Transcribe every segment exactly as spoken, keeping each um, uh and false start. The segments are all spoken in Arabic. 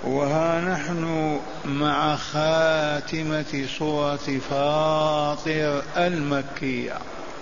وها نحن مع خاتمة سورة فاطر المكية،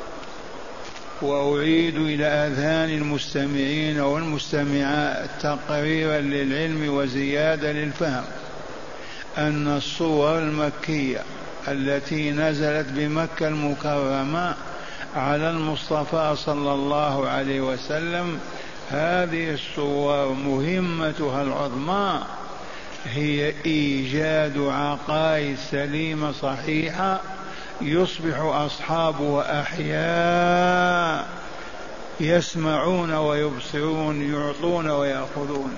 وأعيد إلى أذهان المستمعين والمستمعات تقريرا للعلم وزيادة للفهم أن السور المكية التي نزلت بمكة المكرمة على المصطفى صلى الله عليه وسلم، هذه السور مهمتها العظمى هي إيجاد عقائد سليمة صحيحة يصبح أصحابها أحياء يسمعون ويبصرون، يعطون ويأخذون.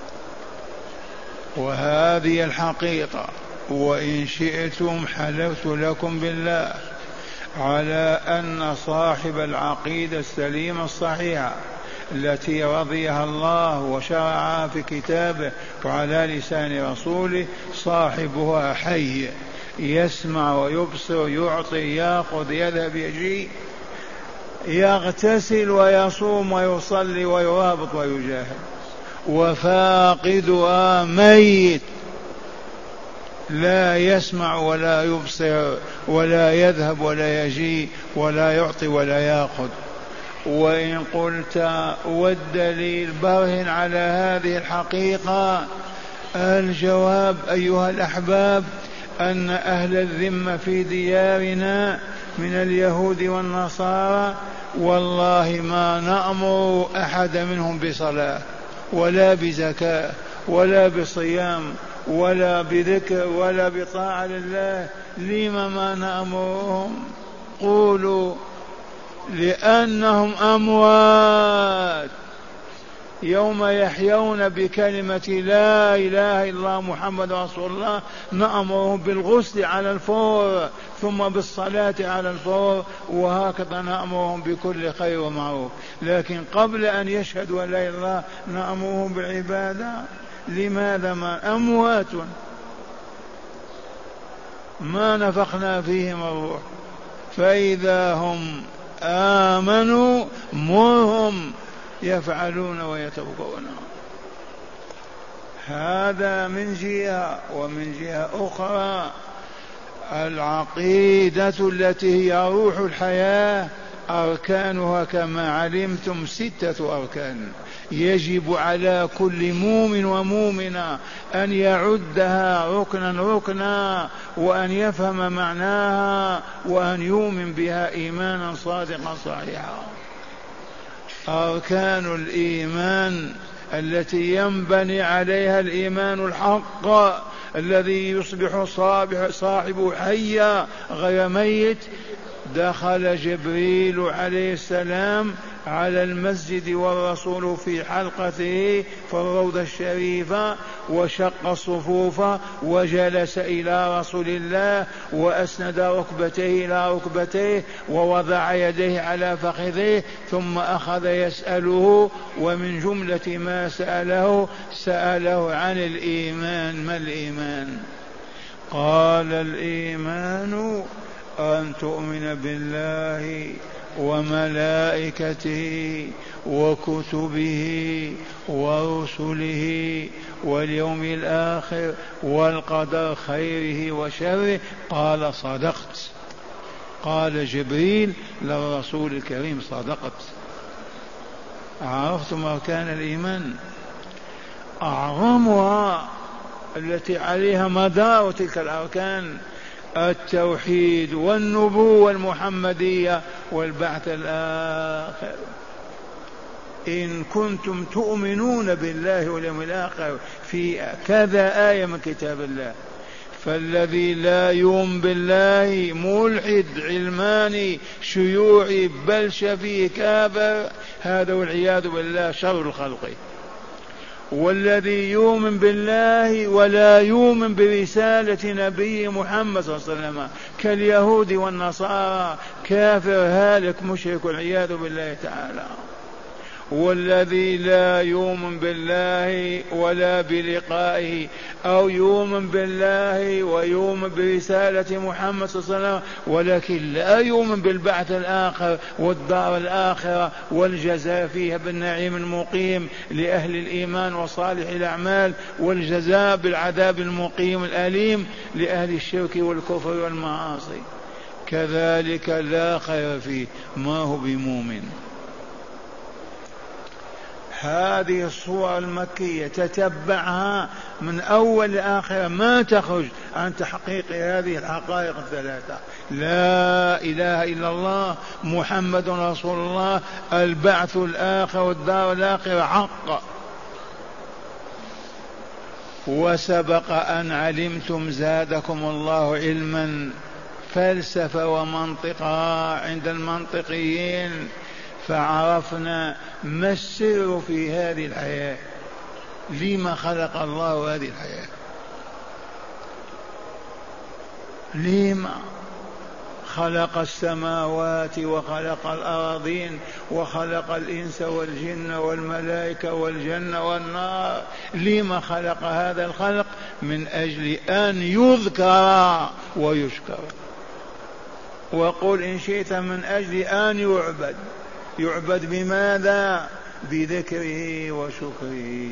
وهذه الحقيقة، وإن شئتم حلفت لكم بالله على أن صاحب العقيدة السليمة الصحيحة التي رضيها الله وشرعها في كتابه وعلى لسان رسوله صاحبها حي يسمع ويبصر، يعطي، يأخذ، يذهب، يجي، يغتسل ويصوم ويصلي ويرابط ويجاهد. وفاقدها ميت لا يسمع ولا يبصر ولا يذهب ولا يجي ولا يعطي ولا يأخذ. وإن قلت والدليل برهن على هذه الحقيقة، الجواب أيها الأحباب أن أهل الذمة في ديارنا من اليهود والنصارى والله ما نأمر أحد منهم بصلاة ولا بزكاة ولا بصيام ولا بذكر ولا بطاعة لله. لما ما نأمرهم؟ قولوا لأنهم أموات، يوم يحيون بكلمة لا إله إلا الله محمد رسول الله نأمرهم بالغسل على الفور ثم بالصلاة على الفور، وهكذا نأمرهم بكل خير ومعروف. لكن قبل أن يشهدوا أن لا إله إلا الله نأمرهم بالعبادة. لماذا؟ ما أموات ما نفخنا فيهم الروح، فإذا هم آمنوا مرهم يفعلون ويتركون. هذا من جهة. ومن جهة أخرى العقيدة التي هي روح الحياة أركانها كما علمتم ستة أركان، يجب على كل مؤمن ومؤمنة أن يعدها ركنا ركنا وأن يفهم معناها وأن يؤمن بها إيمانا صادقا صحيحا. أركان الإيمان التي ينبني عليها الإيمان الحق الذي يصبح صاحبه حيا غير ميت. دخل جبريل عليه السلام على المسجد والرسول في حلقته في الروضة الشريفة وشق الصفوف وجلس إلى رسول الله وأسند ركبتيه إلى ركبتيه ووضع يديه على فخذيه ثم أخذ يسأله. ومن جملة ما سأله سأله عن الإيمان. ما الإيمان؟ قال الإيمان أن تؤمن بالله وملائكته وكتبه ورسله واليوم الآخر والقدر خيره وشره. قال صدقت. قال جبريل للرسول الكريم صدقت. عرفتم أركان الإيمان؟ أعظمها التي عليها مدار تلك الأركان التوحيد والنبوة المحمدية والبعث الآخر. إن كنتم تؤمنون بالله واليوم الآخر في كذا آية من كتاب الله. فالذي لا يؤمن بالله ملحد علماني شيوعي بل شفيه كافر، هذا والعياذ بالله شر الخلق. والذي يؤمن بالله ولا يؤمن برسالة نبي محمد صلى الله عليه وسلم كاليهود والنصارى كافر هالك مشرك والعياذ بالله تعالى. والذي لا يؤمن بالله ولا بلقائه أو يؤمن بالله ويؤمن برسالة محمد صلى الله عليه وسلم، ولكن لا يؤمن بالبعث الآخر والدار الآخرة والجزاء فيها بالنعيم المقيم لأهل الإيمان وصالح الأعمال، والجزاء بالعذاب المقيم الأليم لأهل الشرك والكفر والمعاصي، كذلك لا خير فيه، ما هو بمؤمن. هذه الصور المكية تتبعها من أول لآخر ما تخرج عن تحقيق هذه الحقائق الثلاثة: لا إله إلا الله، محمد رسول الله، البعث الآخر والدار الآخرة حق. وسبق أن علمتم زادكم الله علما، فلسفة ومنطقة عند المنطقيين، فعرفنا ما السر في هذه الحياة، لما خلق الله هذه الحياة، لما خلق السماوات وخلق الأراضين وخلق الإنس والجن والملائكة والجنة والنار، لما خلق هذا الخلق؟ من أجل أن يذكر ويشكر، وقل إن شئت من أجل أن يعبد. يعبد بماذا؟ بذكره وشكره.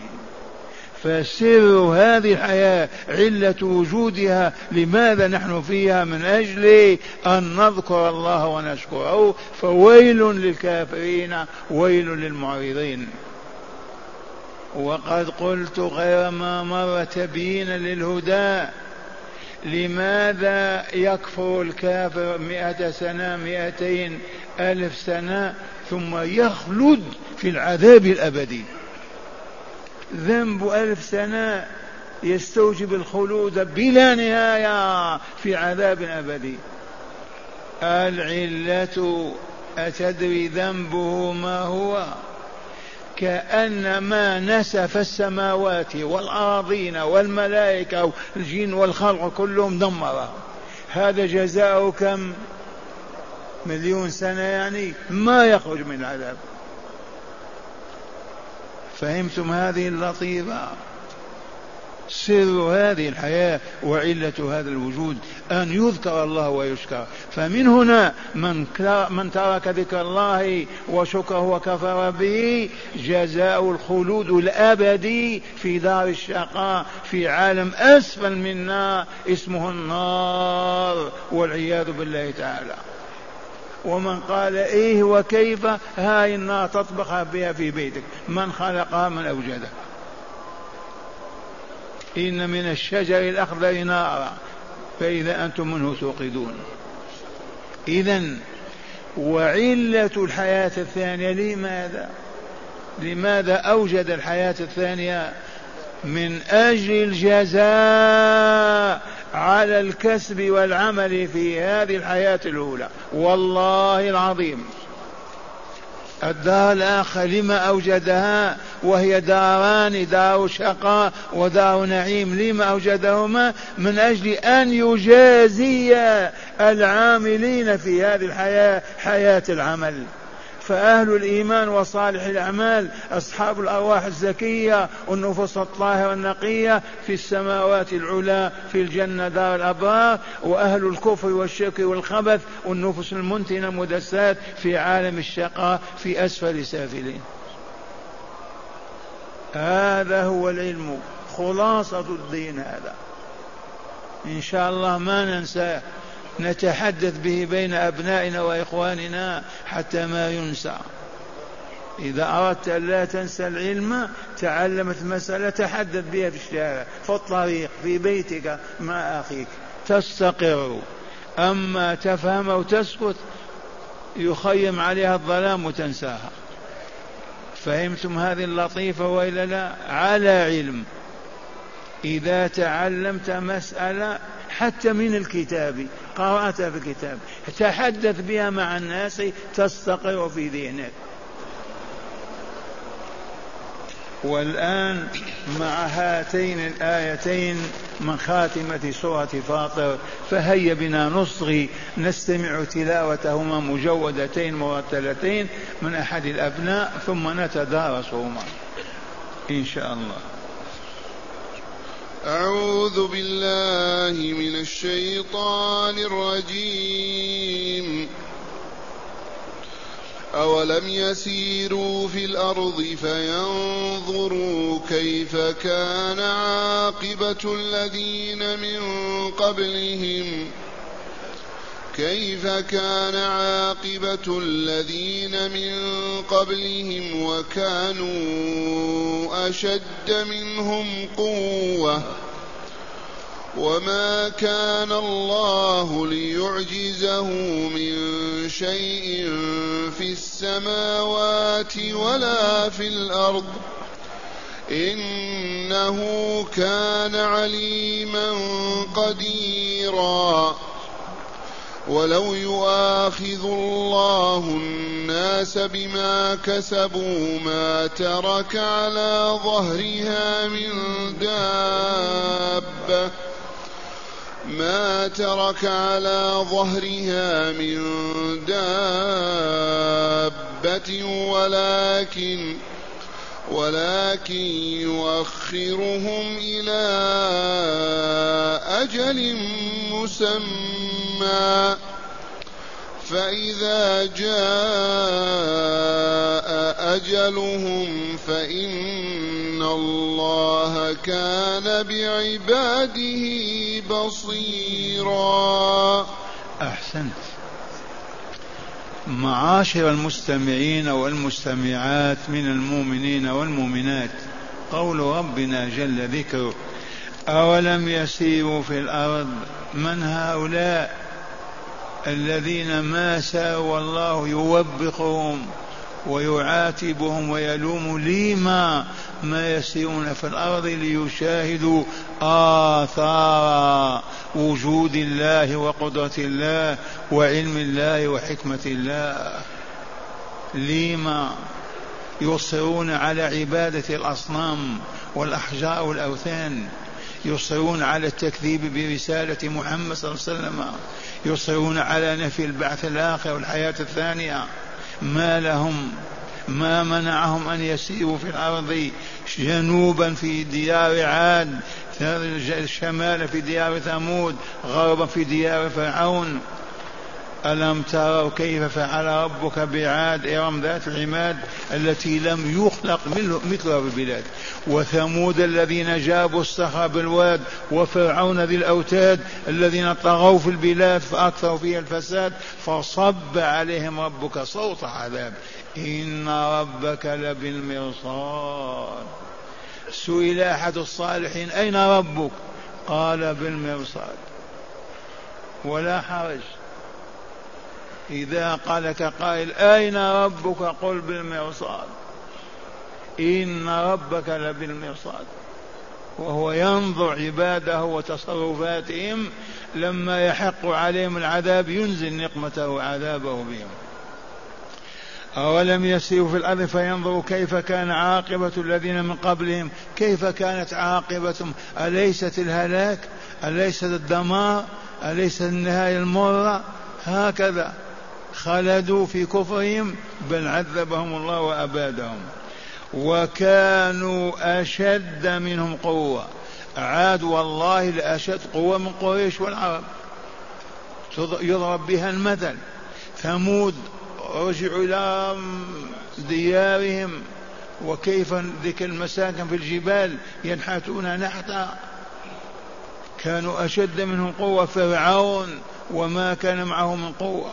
فسر هذه الحياة، علة وجودها، لماذا نحن فيها؟ من أجل أن نذكر الله ونشكره. فويل للكافرين ويل للمعرضين. وقد قلت غير ما مر تبيينا للهدى، لماذا يكفر الكافر مئة سنة مئتين ألف سنة ثم يخلد في العذاب الأبدي؟ ذنب ألف سنة يستوجب الخلود بلا نهاية في عذاب أبدي. العلة أتدري ذنبه ما هو؟ كأنما نسف السماوات والأراضين والملائكة والجن والخلق كلهم دمره. هذا جزاء كم؟ مليون سنة، يعني ما يخرج من العذاب. فهمتم هذه اللطيفة؟ سر هذه الحياة وعلة هذا الوجود أن يذكر الله ويشكر. فمن هنا من, من ترك ذكر الله وشكره وكفر به جزاء الخلود الأبدي في دار الشقاء في عالم أسفل منا اسمه النار والعياذ بالله تعالى. ومن قال إيه وكيف، هاي النار تطبخ بها في بيتك، من خلقها؟ من أوجدها. إن من الشجر الأخضر نارا فإذا أنتم منه توقدون. إذن وعلة الحياة الثانية لماذا؟ لماذا أوجد الحياة الثانية؟ من أجل الجزاء على الكسب والعمل في هذه الحياة الأولى. والله العظيم الدار الآخرة لما أوجدها وهي داران، دار شقاء ودار نعيم، لما أوجدهما؟ من أجل أن يجازي العاملين في هذه الحياة حياة العمل. فأهل الإيمان وصالح الأعمال أصحاب الأرواح الزكية والنفوس الطاهرة النقية في السماوات العلى في الجنة دار الأبرار، وأهل الكفر والشرك والخبث والنفوس المنتنة المدسات في عالم الشقاء في أسفل سافلين. هذا هو العلم، خلاصة الدين هذا، إن شاء الله ما ننساه، نتحدث به بين أبنائنا وإخواننا حتى ما ينسى. إذا أردت أن لا تنسى العلم تعلمت مسألة تحدث بها في الشارع، في الطريق، في بيتك مع أخيك، تستقر. أما تفهم أو تسكت يخيم عليها الظلام وتنساها. فهمتم هذه اللطيفة وإلا لا؟ على علم. إذا تعلمت مسألة حتى من الكتاب، قرأتها في الكتاب، تحدث بها مع الناس تستقر في ذهنك. والآن مع هاتين الآيتين من خاتمة سورة فاطر فهيا بنا نصغي نستمع تلاوتهما مجودتين مرتلتين من أحد الأبناء ثم نتدارسهما إن شاء الله. أعوذ بالله من الشيطان الرجيم. أولم يسيروا في الأرض فينظروا كيف كان عاقبة الذين من قبلهم كيف كان عاقبة الذين من قبلهم وكانوا أشد منهم قوة وما كان الله ليعجزه من شيء في السماوات ولا في الأرض إنه كان عليما قديرا. ولو يؤاخذ الله الناس بما كسبوا ما ترك على ظهرها من دابة ما ترك على ظهرها من دابة ولكن ولكن يؤخرهم إلى أجل مسمى فإذا جاء أجلهم فإن الله كان بعباده بصيرا. أحسنت. معاشر المستمعين والمستمعات من المؤمنين والمؤمنات، قول ربنا جل ذكره: أولم يسيروا في الأرض. من هؤلاء الذين ما ساروا والله يوبخهم ويعاتبهم ويلوم لما ما يسيرون في الأرض ليشاهدوا آثار وجود الله وقدرة الله وعلم الله وحكمة الله. لما يصرون على عبادة الأصنام والأحجار والأوثان، يصرون على التكذيب برسالة محمد صلى الله عليه وسلم، يصرون على نفي البعث الآخر والحياة الثانية. ما لهم ما منعهم أن يسيروا في الأرض جنوبا في ديار عاد، شمالا في ديار ثمود، غربا في ديار فرعون. ألم تروا كيف فعل ربك بعاد إرم ذات العماد التي لم يخلق مثلها في البلاد، وثمود الذين جابوا الصخر بالواد، وفرعون ذي الأوتاد الذين طغوا في البلاد فأكثروا فيها الفساد، فصب عليهم ربك صوت عذاب إن ربك لبالمرصاد. سئل أحد الصالحين: أين ربك؟ قال: بالمرصاد. ولا حرج، إذا قال لك قائل: أين ربك؟ قل: بالمرصاد. إن ربك لبالمرصاد، وهو ينظر عباده وتصرفاتهم، لما يحق عليهم العذاب ينزل نقمته وعذابه بهم. أولم يسيروا في الأرض فينظروا كيف كان عاقبة الذين من قبلهم. كيف كانت عاقبتهم؟ أليست الهلاك؟ أليست الدمار؟ أليست النهاية المرة؟ هكذا خلدوا في كفرهم، بل عذبهم الله وأبادهم. وكانوا أشد منهم قوة. عاد والله لأشد قوة من قريش والعرب، يضرب بها المثل. ثمود رجعوا إلى ديارهم، وكيف ذيك المساكن في الجبال ينحتون نحتا، كانوا أشد منهم قوة. فرعون وما كان معه من قوة.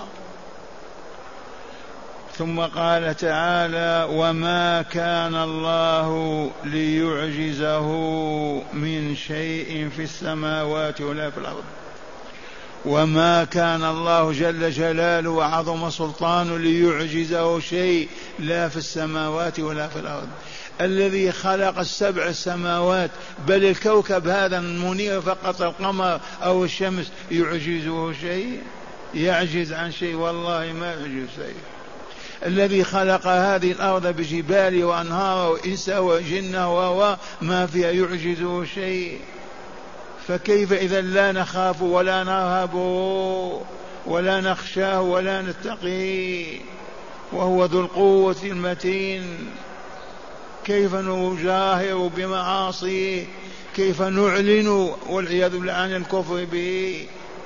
ثم قال تعالى: وما كان الله ليعجزه من شيء في السماوات ولا في الأرض. وما كان الله جل جلاله وعظم سلطانه ليعجزه شيء، لا في السماوات ولا في الأرض. الذي خلق السبع السماوات، بل الكوكب هذا المنير فقط، القمر أو الشمس، يعجزه شيء؟ يعجز عن شيء؟ والله ما يعجز شيء. الذي خلق هذه الأرض بجبال وأنهار وإنس وجن وما فيها يعجزه شيء. فكيف إذا لا نخاف ولا نرهب ولا نخشاه ولا نتقيه وهو ذو القوة المتين؟ كيف نجاهر بمعاصيه كيف نعلن والعياذ بالله عن الكفر به؟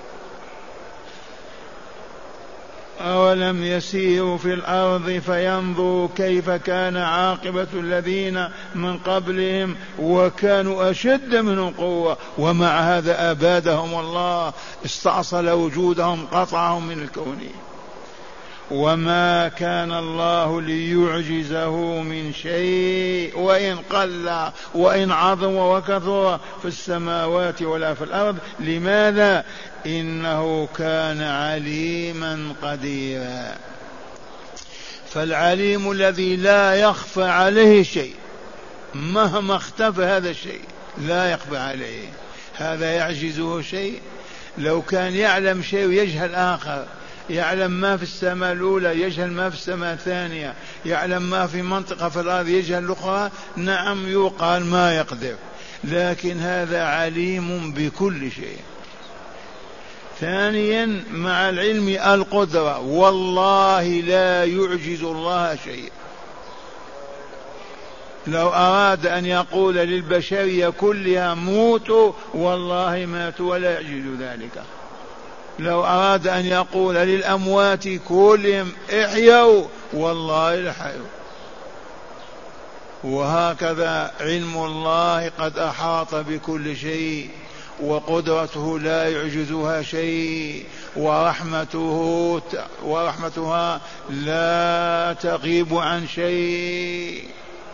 أولم يسيروا في الأرض فينظروا كيف كان عاقبة الذين من قبلهم وكانوا أشد منهم قوة ومع هذا أبادهم الله، استأصل وجودهم، قطعهم من الكون. وما كان الله ليعجزه من شيء وإن قل وإن عظم وكثر في السماوات ولا في الأرض. لماذا؟ إنه كان عليما قديرا. فالعليم الذي لا يخفى عليه شيء مهما اختفى هذا الشيء لا يخفى عليه، هذا يعجزه شيء؟ لو كان يعلم شيء ويجهل آخر، يعلم ما في السماء الأولى يجهل ما في السماء الثانية، يعلم ما في منطقة في الأرض يجهل الأخرى، نعم يقال ما يقدر، لكن هذا عليم بكل شيء. ثانيا مع العلم القدرة، والله لا يعجز الله شيء. لو أراد أن يقول للبشرية كلها موتوا والله ماتوا ولا يعجز ذلك. لو أراد أن يقول للأموات كلهم احيوا والله لحيوا. وهكذا علم الله قد أحاط بكل شيء، وقدرته لا يعجزها شيء، ورحمته ورحمتها لا تغيب عن شيء.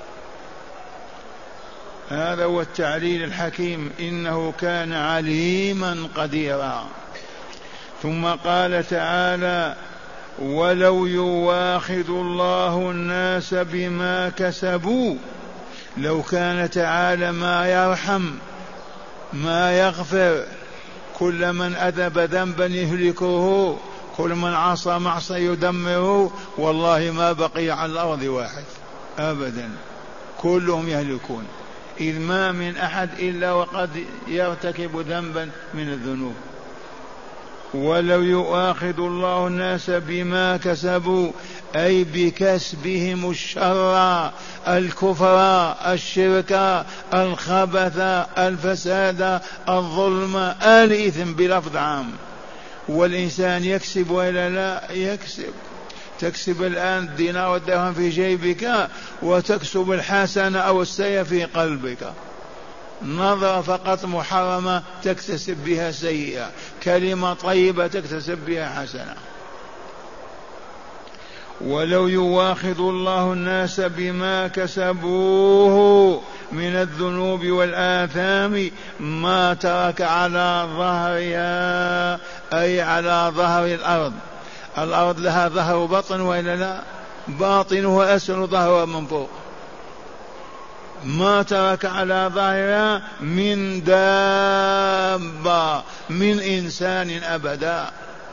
هذا هو التعليل الحكيم، إنه كان عليما قديرا. ثم قال تعالى: ولو يواخذ الله الناس بما كسبوا. لو كان تعالى ما يرحم ما يغفر كل من أذنب ذنبا يهلكه، كل من عصى معصى يدمره، والله ما بقي على الأرض واحد أبدا، كلهم يهلكون، إذ ما من أحد إلا وقد يرتكب ذنبا من الذنوب. ولو يؤاخذ الله الناس بما كسبوا أي بكسبهم الشر، الكفر، الشرك، الخبث، الفساد، الظلم، الإثم بلفظ عام. والإنسان يكسب ولا لا يكسب؟ تكسب الآن الدينار والدرهم في جيبك، وتكسب الحسنة أو السيئة في قلبك. نظرة فقط محرمة تكتسب بها سيئة، كلمة طيبة تكتسب بها حسنة. ولو يواخذ الله الناس بما كسبوه من الذنوب والآثام ما ترك على ظهرها، أي على ظهر الأرض. الأرض لها ظهر وبطن وإلا لا؟ باطنها أسفل ظهرها من فوق. ما ترك على ظهرها من دابة من إنسان أبدا.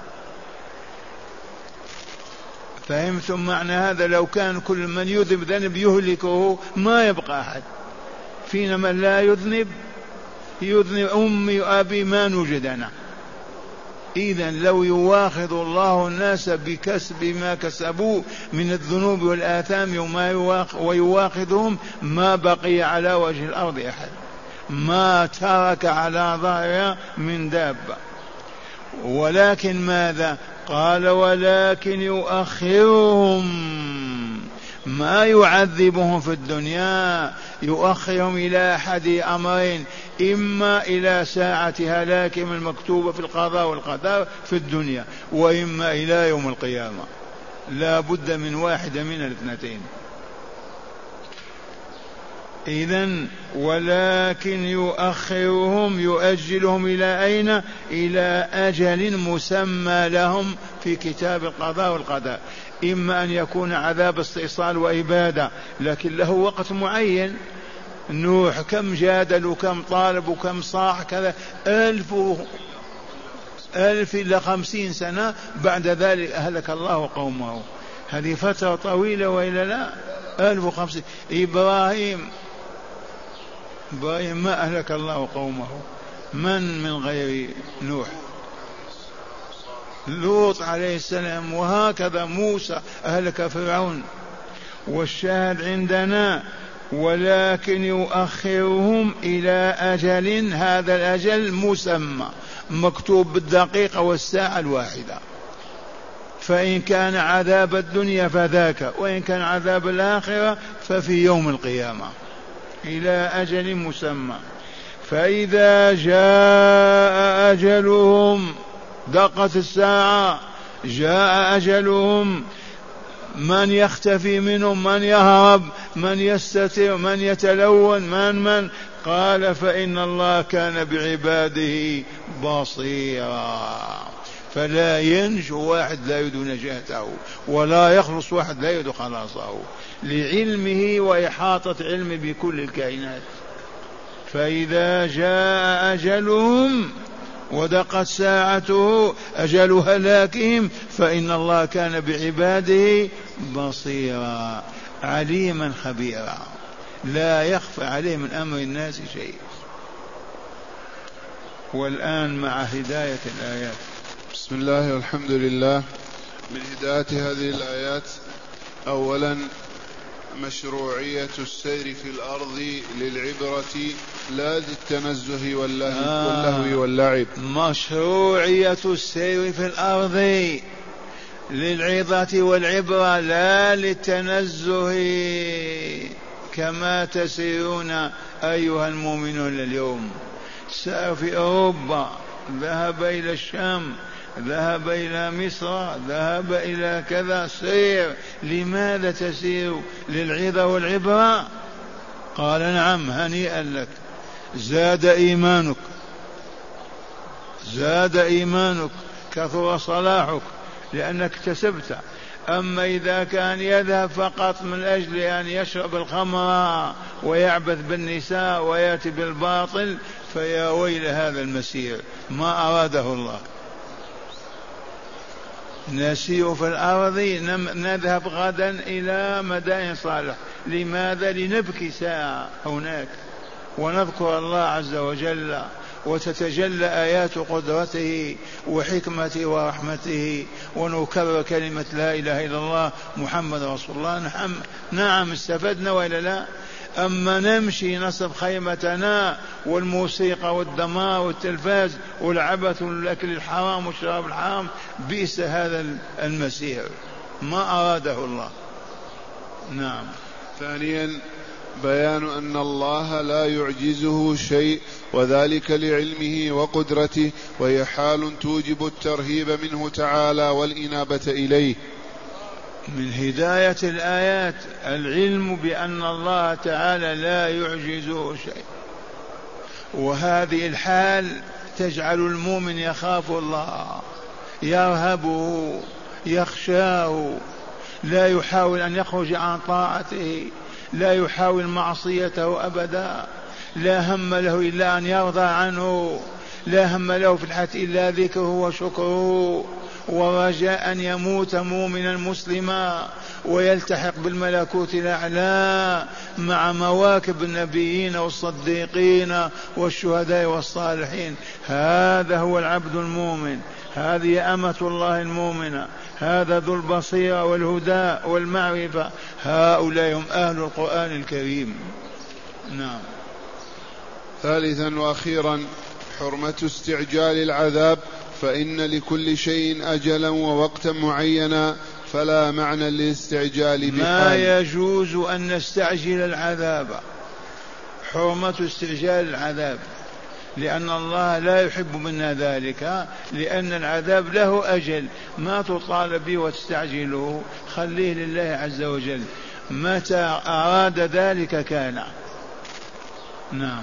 فهمتم معنى هذا؟ لو كان كل من يذنب ذنب يهلكه ما يبقى أحد فينا، من لا يذنب يذنب أمي وأبي ما نوجدنا. إذن لو يواخذ الله الناس بكسب ما كسبوا من الذنوب والآثام ويواخذهم ما بقي على وجه الأرض أحد، ما ترك على ظهرها من دابة. ولكن ماذا قال؟ ولكن يؤخرهم، ما يعذبهم في الدنيا، يؤخرهم إلى أحد أمرين: إما إلى ساعة هلاكهم المكتوبة في القضاء والقدر في الدنيا، وإما إلى يوم القيامة. لا بد من واحدة من الاثنتين. إذن ولكن يؤخرهم، يؤجلهم إلى أين؟ إلى أجل مسمى لهم في كتاب القضاء والقدر. إما أن يكون عذاب استئصال وإبادة، لكن له وقت معين. نوح كم جادل وكم طالب وكم صاح كذا، ألف ألف إلى خمسين سنة، بعد ذلك أهلك الله قومه. هذه فترة طويلة وإلا لا؟ ألف وخمسين. إبراهيم إبراهيم ما أهلك الله قومه، من من غير نوح؟ لوط عليه السلام، وهكذا موسى أهلك فرعون. والشاهد عندنا ولكن يؤخرهم إلى أجل، هذا الأجل مسمى مكتوب بالدقيقة والساعة الواحدة، فإن كان عذاب الدنيا فذاك، وإن كان عذاب الآخرة ففي يوم القيامة، إلى أجل مسمى. فإذا جاء أجلهم، دقت الساعة، جاء أجلهم، من يختفي منهم، من يهرب، من يستتر، من يتلون، من من قال فإن الله كان بعباده بصيرا. فلا ينجو واحد لا يريد نجاته، ولا يخلص واحد لا يريد خلاصه، لعلمه وإحاطة علمه بكل الكائنات. فإذا جاء أجلهم ودقت ساعته، أجل هلاكهم، فإن الله كان بعباده بصيرا عليما خبيرا، لا يخفى عليه من أمر الناس شيء. والآن مع هداية الآيات. بسم الله والحمد لله. من هداية هذه الآيات: أولا مشروعية السير في الأرض للعبرة لا للتنزه واللهو, آه واللهو واللعب. مشروعية السير في الأرض للعظة والعبرة لا للتنزه كما تسيرون أيها المؤمنون اليوم. سار في أوروبا، ذهب إلى الشام، ذهب إلى مصر، ذهب إلى كذا، سير. لماذا تسير؟ للعظة والعبرة. قال نعم، هنيئا لك، زاد إيمانك، زاد إيمانك، كثر صلاحك لأنك اكتسبت. أما إذا كان يذهب فقط من أجل أن يشرب الخمر ويعبث بالنساء ويأتي بالباطل، فيا ويل هذا المسير، ما أراده الله. نسير في الأرض، نذهب غدا إلى مدائن صالح. لماذا؟ لنبكي ساعة هناك ونذكر الله عز وجل، وتتجلى آيات قدرته وحكمته ورحمته، ونكرر كلمة لا إله إلا الله محمد رسول الله. نعم, نعم استفدنا وإلا لا؟ أما نمشي نصب خيمتنا والموسيقى والدمار والتلفاز والعبث والأكل الحرام والشراب الحرام، بئس هذا المسير، ما أراده الله. نعم. ثانيا بيان أن الله لا يعجزه شيء، وذلك لعلمه وقدرته، وهي حال توجب الترهيب منه تعالى والإنابة إليه. من هداية الآيات العلم بأن الله تعالى لا يعجزه شيء، وهذه الحال تجعل المؤمن يخاف الله، يرهبه، يخشاه، لا يحاول أن يخرج عن طاعته، لا يحاول معصيته أبدا، لا هم له إلا أن يرضى عنه، لا هم له في الحياة إلا ذكره وشكره، ورجاء أن يموت مؤمنا مسلما ويلتحق بالملكوت الأعلى مع مواكب النبيين والصديقين والشهداء والصالحين. هذا هو العبد المؤمن، هذه أمة الله المؤمنة، هذا ذو البصيرة والهدى والمعرفة، هؤلاء هم أهل القرآن الكريم. نعم. ثالثا وأخيرا حرمة استعجال العذاب، فإن لكل شيء أجلا ووقتا معينا، فلا معنى للاستعجال بحال. ما يجوز أن نستعجل العذاب، حرمة استعجال العذاب، لأن الله لا يحب منا ذلك، لأن العذاب له أجل، ما تطالب به وتستعجله، خليه لله عز وجل، متى أراد ذلك كان. نعم.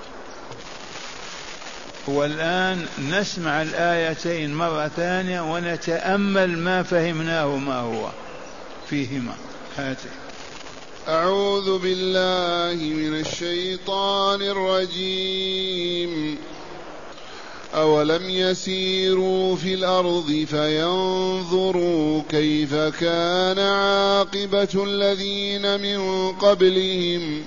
والآن نسمع الآيتين مرة ثانية ونتأمل ما فهمناه ما هو فيهما. هاته. أعوذ بالله من الشيطان الرجيم. أولم يسيروا في الأرض فينظروا كيف كان عاقبة الذين من قبلهم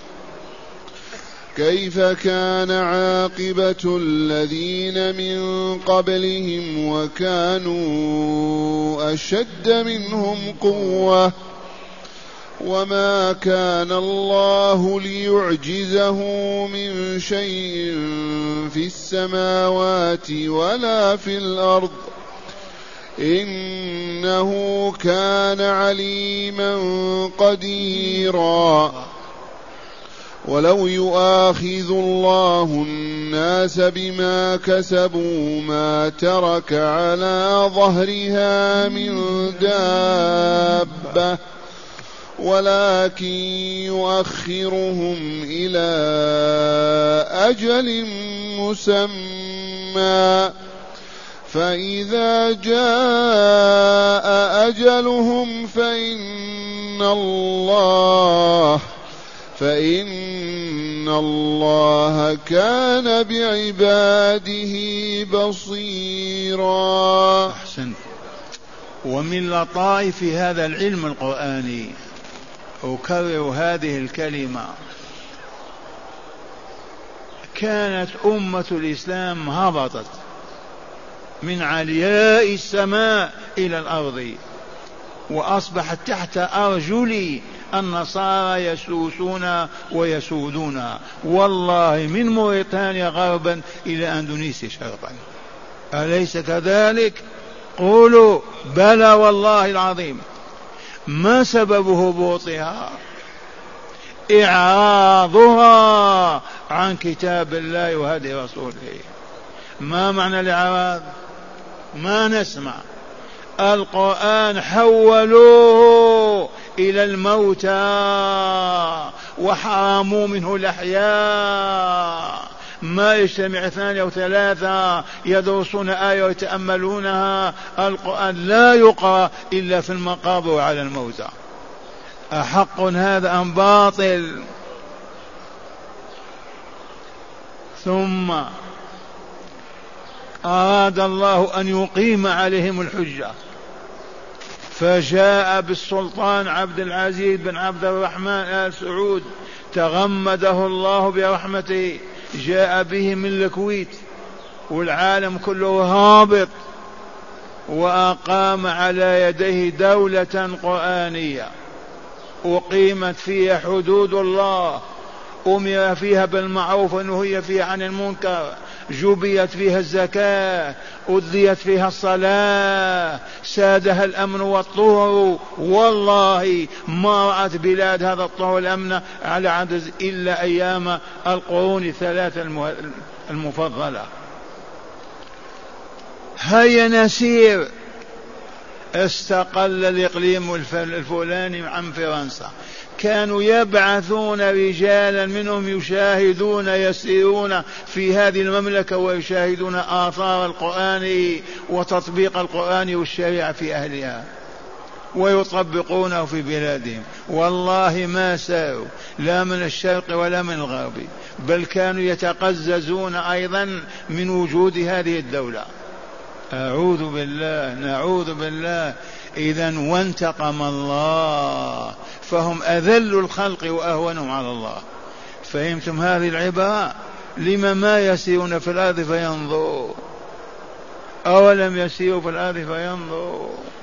كيف كان عاقبة الذين من قبلهم وكانوا أشد منهم قوة وما كان الله ليعجزه من شيء في السماوات ولا في الأرض إنه كان عليما قديرا. ولو يؤاخذ الله الناس بما كسبوا ما ترك على ظهرها من دابة ولكن يؤخرهم إلى أجل مسمى فإذا جاء أجلهم فإن الله فإن الله كان بعباده بصيرا. أحسنت. ومن لطائف هذا العلم القرآني أكرر هذه الكلمة، كانت أمة الإسلام هبطت من علياء السماء إلى الأرض وأصبحت تحت أرجل النصارى يسوسون ويسودون، والله من موريتانيا غربا إلى أندونيسيا شرقا. أليس كذلك؟ قولوا بلى والله العظيم. ما سبب هبوطها؟ إعراضها عن كتاب الله وهدي رسوله. ما معنى الإعراض؟ ما نسمع القرآن حولوه إلى الموتى وحرموا منه الأحياء، ما يجتمع اثنان أو ثلاثة يدرسون آية ويتأملونها. القرآن لا يقرأ إلا في المقابر وعلى الموتى. أحق هذا أم باطل؟ ثم أراد الله أن يقيم عليهم الحجة فجاء بالسلطان عبد العزيز بن عبد الرحمن آل سعود تغمده الله برحمته، جاء به من الكويت والعالم كله هابط، وأقام على يديه دولة قرآنية أقيمت فيها حدود الله، أمر فيها بالمعروف ونهي فيها عن المنكر، جبيت فيها الزكاة، أديت فيها الصلاة، سادها الأمن والطهر. والله ما رأت بلاد هذا الطهر والأمن على عدد إلا أيام القرون الثلاثة المفضلة. هيا نسير. استقل الإقليم الفلاني عن فرنسا، كانوا يبعثون رجالا منهم يشاهدون يسيرون في هذه المملكة ويشاهدون آثار القرآن وتطبيق القرآن والشريعة في أهلها ويطبقونه في بلادهم. والله ما ساروا لا من الشرق ولا من الغرب، بل كانوا يتقززون أيضا من وجود هذه الدولة. أعوذ بالله، نعوذ بالله. إذن وانتقم الله، فهم أذل الخلق وأهونهم على الله. فهمتم هذه العبارة؟ لما ما يسيرون في الأرض فينظروا؟ أولم يسيروا في الأرض فينظروا؟